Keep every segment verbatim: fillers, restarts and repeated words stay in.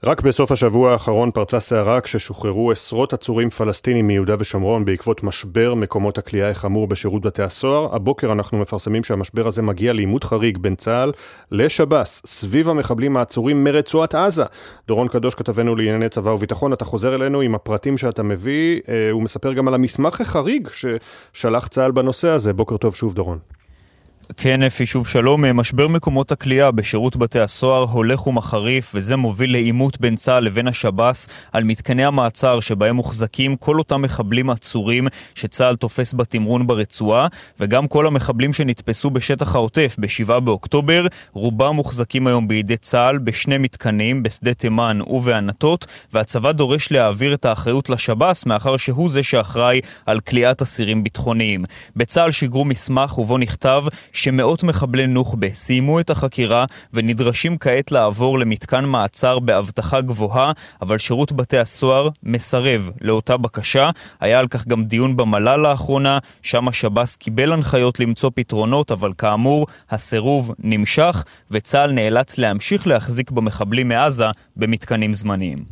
רק בסוף השבוע האחרון פרצה סערה כששוחררו עשרות עצורים פלסטינים מיהודה ושומרון בעקבות משבר מקומות הכליאה החמור בשירות בתי הסוהר. הבוקר אנחנו מפרסמים שהמשבר הזה מגיע לעימות חריג בין צה"ל לשב"ס סביב המחבלים העצורים מרצועת עזה. דורון קדוש, כתבנו לענייני צבא וביטחון, אתה חוזר אלינו עם הפרטים שאתה מביא. הוא מספר גם על המסמך החריג ששלח צה"ל בנושא הזה. בוקר טוב שוב דורון. כן, אפי, שוב שלום. משבר מקומות הכליאה בשירות בתי הסוהר הולך ומחריף, וזה מוביל לעימות בין צה"ל לבין השב"ס על מתקני המעצר שבהם מוחזקים כל אותם מחבלים עצורים שצה"ל תופס בתמרון ברצועה, וגם כל המחבלים שנתפסו בשטח העוטף ב-שבעה באוקטובר, רובם מוחזקים היום בידי צה"ל בשני מתקנים, בשדה תימן ובענתות, והצבא דורש להעביר את האחריות לשב"ס מאחר שהוא זה שאחראי על כליאת אסירים ביטחוניים. בצה"ל שיגרו מסמך ובו נכתב שמאות מחבלי נוח'בה סיימו את החקירה ונדרשים כעת לעבור למתקן מעצר באבטחה גבוהה, אבל שירות בתי הסוהר מסרב לאותה בקשה. היה על כך גם דיון במל"ל לאחרונה, שם השב"ס קיבל הנחיות למצוא פתרונות, אבל כאמור הסירוב נמשך וצה"ל נאלץ להמשיך להחזיק במחבלים מעזה במתקנים זמניים.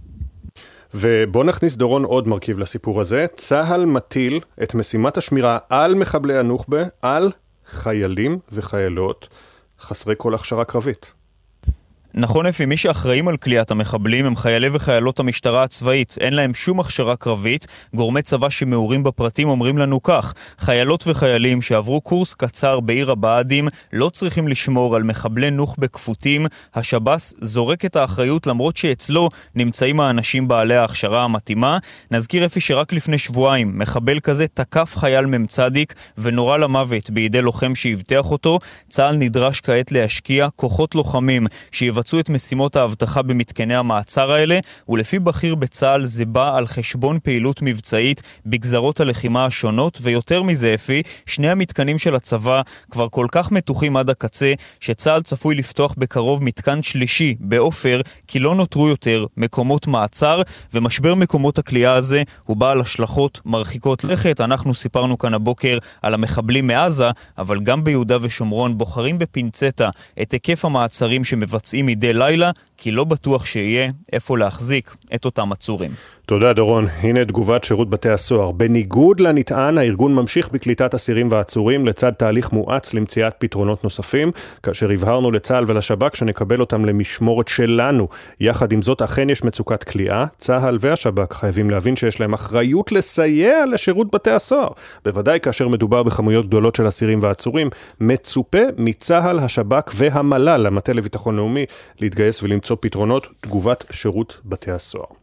ובוא נכניס דורון עוד מרכיב לסיפור הזה. צה"ל מטיל את משימת השמירה על מחבלי הנוח'בה על חיילים וחיילות חסרי כל הכשרה קרבית. נכון, אפי, מי שאחראים על כליאת המחבלים הם חיילי וחיילות המשטרה הצבאית. אין להם שום הכשרה קרבית. גורמי צבא שמעורים בפרטים אומרים לנו כך: חיילות וחיילים שעברו קורס קצר בעיר הבה"דים לא צריכים לשמור על מחבלי נוח'בה כפותים. השב"ס זורק את האחריות למרות שאצלו נמצאים האנשים בעלי ההכשרה המתאימה. נזכיר, אפי, שרק לפני שבועיים מחבל כזה תקף חייל ממצדיק ונורה למוות בידי לוחם שהבטח אותו. צה"ל נדרש כעת להשקיע כוחות לוחמים שיבצעו את משימות האבטחה במתקני המעצר האלה, ולפי בכיר בצה"ל זה בא על חשבון פעילות מבצעית בגזרות הלחימה השונות, ויותר מזה, אפי, שני המתקנים של הצבא כבר כל כך מתוחים עד הקצה, שצה"ל צפוי לפתוח בקרוב מתקן שלישי באופר, כי לא נותרו יותר מקומות מעצר, ומשבר מקומות הכליאה הזה הוא בא על השלכות מרחיקות לכת. אנחנו סיפרנו כאן הבוקר על המחבלים מעזה, אבל גם ביהודה ושומרון בוחרים בפינצטה את היקף המעצרים שמבצעים מדי לילה, כי לא בטוח שיהיה איפה להחזיק את אותם עצורים. תודה דורון. הנה תגובת שירות בתי הסוהר. בניגוד לנטען, הארגון ממשיך בקליטת אסירים ועצורים לצד תהליך מואץ למציאת פתרונות נוספים, כאשר הבהרנו לצה"ל ולשב"כ שנקבל אותם למשמורת שלנו. יחד עם זאת, אכן יש מצוקת כליאה. צה"ל והשב"כ חייבים להבין שיש להם אחריות לסייע לשירות בתי הסוהר. בוודאי כאשר מדובר בכמויות גדולות של אסירים ועצורים, מצופה מצה"ל, השב"כ והמל"ל, המטה לביטחון לאומי, להתגייס ולמצוא פתרונות. תגובת שירות בתי הסוהר.